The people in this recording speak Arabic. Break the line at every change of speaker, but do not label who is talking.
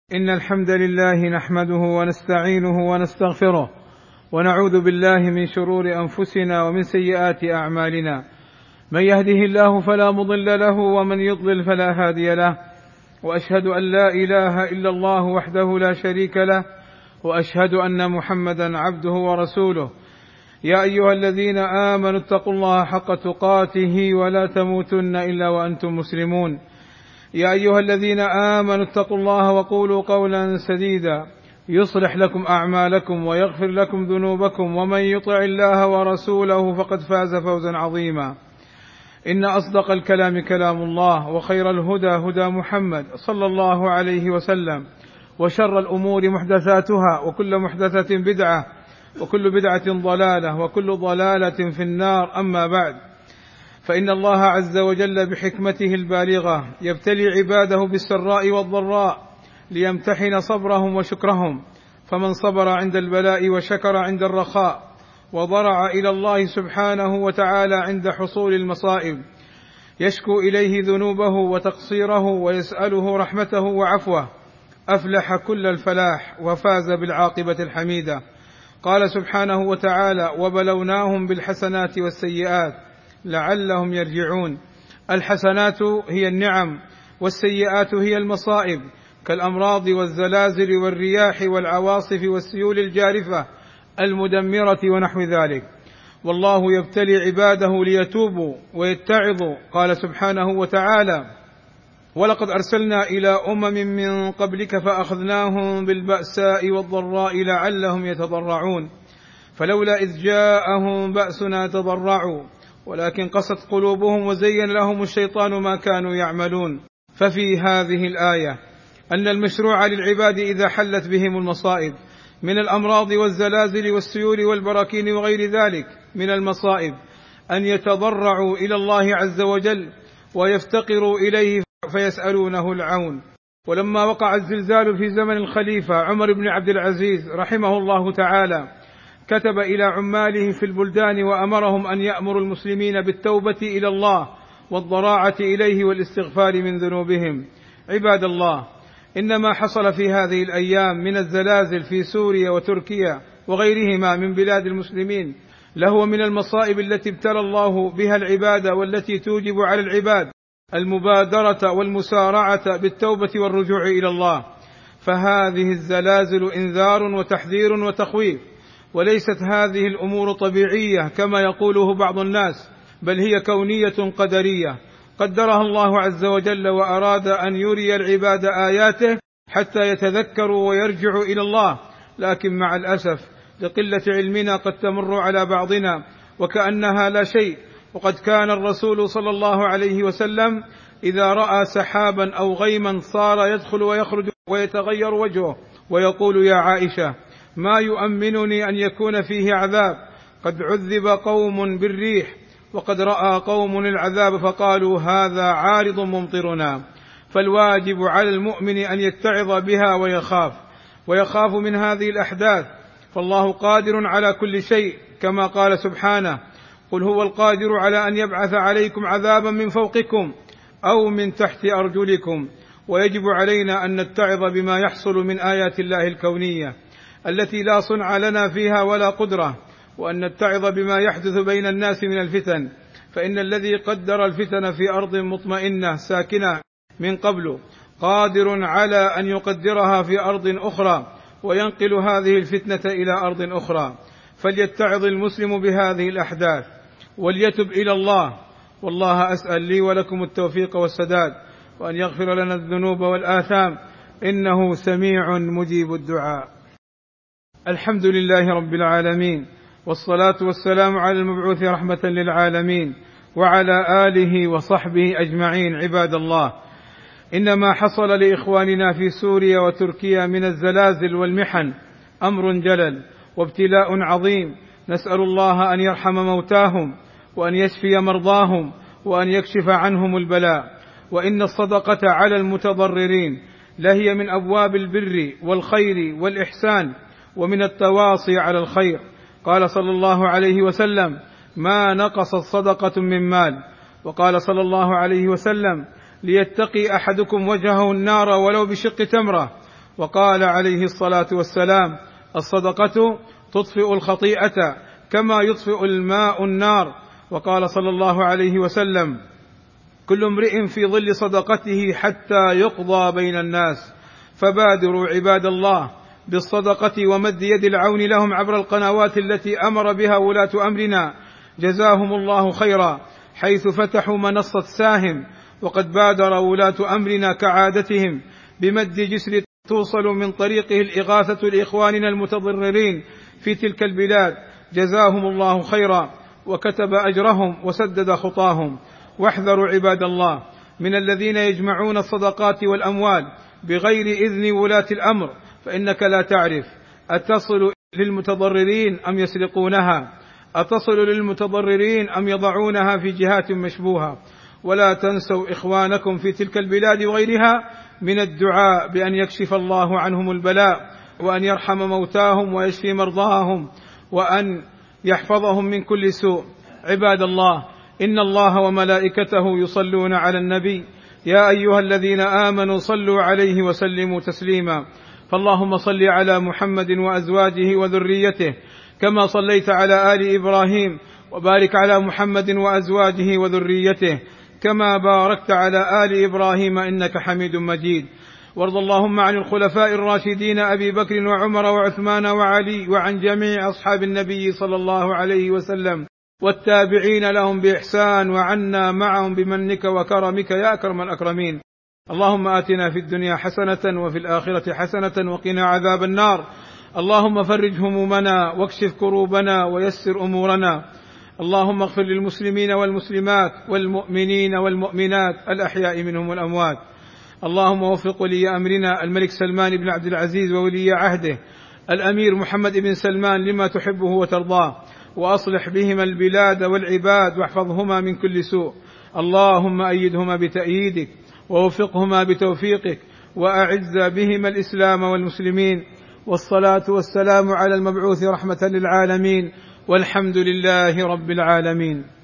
إن الحمد لله نحمده ونستعينه ونستغفره ونعوذ بالله من شرور أنفسنا ومن سيئات أعمالنا. من يهده الله فلا مضل له ومن يضلل فلا هادي له، وأشهد أن لا إله إلا الله وحده لا شريك له، وأشهد أن محمدا عبده ورسوله. يا أيها الذين آمنوا اتقوا الله حق تقاته ولا تموتن إلا وأنتم مسلمون. يا أيها الذين آمنوا اتقوا الله وقولوا قولا سديدا يصلح لكم أعمالكم ويغفر لكم ذنوبكم، ومن يطع الله ورسوله فقد فاز فوزا عظيما. إن أصدق الكلام كلام الله، وخير الهدى هدى محمد صلى الله عليه وسلم، وشر الأمور محدثاتها، وكل محدثة بدعة، وكل بدعة ضلالة، وكل ضلالة في النار. أما بعد، فإن الله عز وجل بحكمته البالغة يبتلي عباده بالسراء والضراء ليمتحن صبرهم وشكرهم، فمن صبر عند البلاء وشكر عند الرخاء وضرع إلى الله سبحانه وتعالى عند حصول المصائب يشكو إليه ذنوبه وتقصيره ويسأله رحمته وعفوه، أفلح كل الفلاح وفاز بالعاقبة الحميدة. قال سبحانه وتعالى: وبلوناهم بالحسنات والسيئات لعلهم يرجعون. الحسنات هي النعم، والسيئات هي المصائب كالأمراض والزلازل والرياح والعواصف والسيول الجارفة المدمرة ونحو ذلك. والله يبتلي عباده ليتوبوا ويتعظوا. قال سبحانه وتعالى: ولقد أرسلنا إلى أمم من قبلك فأخذناهم بالبأساء والضراء لعلهم يتضرعون فلولا إذ جاءهم بأسنا تضرعوا ولكن قست قلوبهم وزين لهم الشيطان ما كانوا يعملون. ففي هذه الآية أن المشروع للعباد إذا حلت بهم المصائب من الأمراض والزلازل والسيول والبراكين وغير ذلك من المصائب أن يتضرعوا إلى الله عز وجل ويفتقروا إليه فيسألونه العون. ولما وقع الزلزال في زمن الخليفة عمر بن عبد العزيز رحمه الله تعالى، كتب إلى عماله في البلدان وأمرهم أن يأمروا المسلمين بالتوبة إلى الله والضراعة إليه والاستغفار من ذنوبهم. عباد الله، إنما حصل في هذه الأيام من الزلازل في سوريا وتركيا وغيرهما من بلاد المسلمين لهو من المصائب التي ابتلى الله بها العباد، والتي توجب على العباد المبادرة والمسارعة بالتوبة والرجوع إلى الله. فهذه الزلازل إنذار وتحذير وتخويف، وليست هذه الأمور طبيعية كما يقوله بعض الناس، بل هي كونية قدرية قدرها الله عز وجل، وأراد أن يري العباد آياته حتى يتذكروا ويرجعوا إلى الله. لكن مع الأسف لقلة علمنا قد تمر على بعضنا وكأنها لا شيء. وقد كان الرسول صلى الله عليه وسلم إذا رأى سحابا أو غيما صار يدخل ويخرج ويتغير وجهه ويقول: يا عائشة، ما يؤمنني أن يكون فيه عذاب، قد عذب قوم بالريح وقد رأى قوم العذاب فقالوا هذا عارض ممطرنا. فالواجب على المؤمن أن يتعظ بها ويخاف من هذه الأحداث، فالله قادر على كل شيء، كما قال سبحانه: قل هو القادر على أن يبعث عليكم عذابا من فوقكم أو من تحت أرجلكم. ويجب علينا أن نتعظ بما يحصل من آيات الله الكونية التي لا صنع لنا فيها ولا قدرة، وأن نتعظ بما يحدث بين الناس من الفتن، فإن الذي قدر الفتن في أرض مطمئنة ساكنة من قبل قادر على أن يقدرها في أرض أخرى وينقل هذه الفتنة إلى أرض أخرى. فليتعظ المسلم بهذه الأحداث وليتب إلى الله. والله أسأل لي ولكم التوفيق والسداد، وأن يغفر لنا الذنوب والآثام، إنه سميع مجيب الدعاء. الحمد لله رب العالمين، والصلاة والسلام على المبعوث رحمة للعالمين وعلى آله وصحبه أجمعين. عباد الله، إنما حصل لإخواننا في سوريا وتركيا من الزلازل والمحن أمر جلل وابتلاء عظيم، نسأل الله أن يرحم موتاهم وأن يشفي مرضاهم وأن يكشف عنهم البلاء. وإن الصدقة على المتضررين لهي من أبواب البر والخير والإحسان ومن التواصي على الخير. قال صلى الله عليه وسلم: ما نقصت صدقة من مال. وقال صلى الله عليه وسلم: ليتقي أحدكم وجهه النار ولو بشق تمرة. وقال عليه الصلاة والسلام: الصدقة تطفئ الخطيئة كما يطفئ الماء النار. وقال صلى الله عليه وسلم: كل امرئ في ظل صدقته حتى يقضى بين الناس. فبادروا عباد الله بالصدقة ومد يد العون لهم عبر القنوات التي أمر بها ولاة أمرنا جزاهم الله خيرا، حيث فتحوا منصة ساهم، وقد بادر ولاة أمرنا كعادتهم بمد جسر توصل من طريقه الإغاثة لإخواننا المتضررين في تلك البلاد، جزاهم الله خيرا وكتب أجرهم وسدد خطاهم. واحذروا عباد الله من الذين يجمعون الصدقات والأموال بغير إذن ولاة الأمر، فإنك لا تعرف أتصل للمتضررين أم يسرقونها، أتصل للمتضررين أم يضعونها في جهات مشبوهة. ولا تنسوا إخوانكم في تلك البلاد وغيرها من الدعاء بأن يكشف الله عنهم البلاء، وأن يرحم موتاهم ويشفي مرضاهم، وأن يحفظهم من كل سوء. عباد الله، إن الله وملائكته يصلون على النبي، يا أيها الذين آمنوا صلوا عليه وسلموا تسليما. فاللهم صل على محمد وأزواجه وذريته كما صليت على آل إبراهيم، وبارك على محمد وأزواجه وذريته كما باركت على آل إبراهيم إنك حميد مجيد. وارض اللهم عن الخلفاء الراشدين أبي بكر وعمر وعثمان وعلي، وعن جميع أصحاب النبي صلى الله عليه وسلم والتابعين لهم بإحسان، وعنا معهم بمنك وكرمك يا أكرم الأكرمين. اللهم آتنا في الدنيا حسنة وفي الآخرة حسنة وقنا عذاب النار. اللهم فرج همومنا واكشف كروبنا ويسر أمورنا. اللهم اغفر للمسلمين والمسلمات والمؤمنين والمؤمنات الأحياء منهم والأموات. اللهم وفق ولي أمرنا الملك سلمان بن عبد العزيز وولي عهده الأمير محمد بن سلمان لما تحبه وترضاه، وأصلح بهما البلاد والعباد، واحفظهما من كل سوء. اللهم أيدهما بتأييدك، ووفقهما بتوفيقك، وأعز بهما الإسلام والمسلمين. والصلاة والسلام على المبعوث رحمة للعالمين، والحمد لله رب العالمين.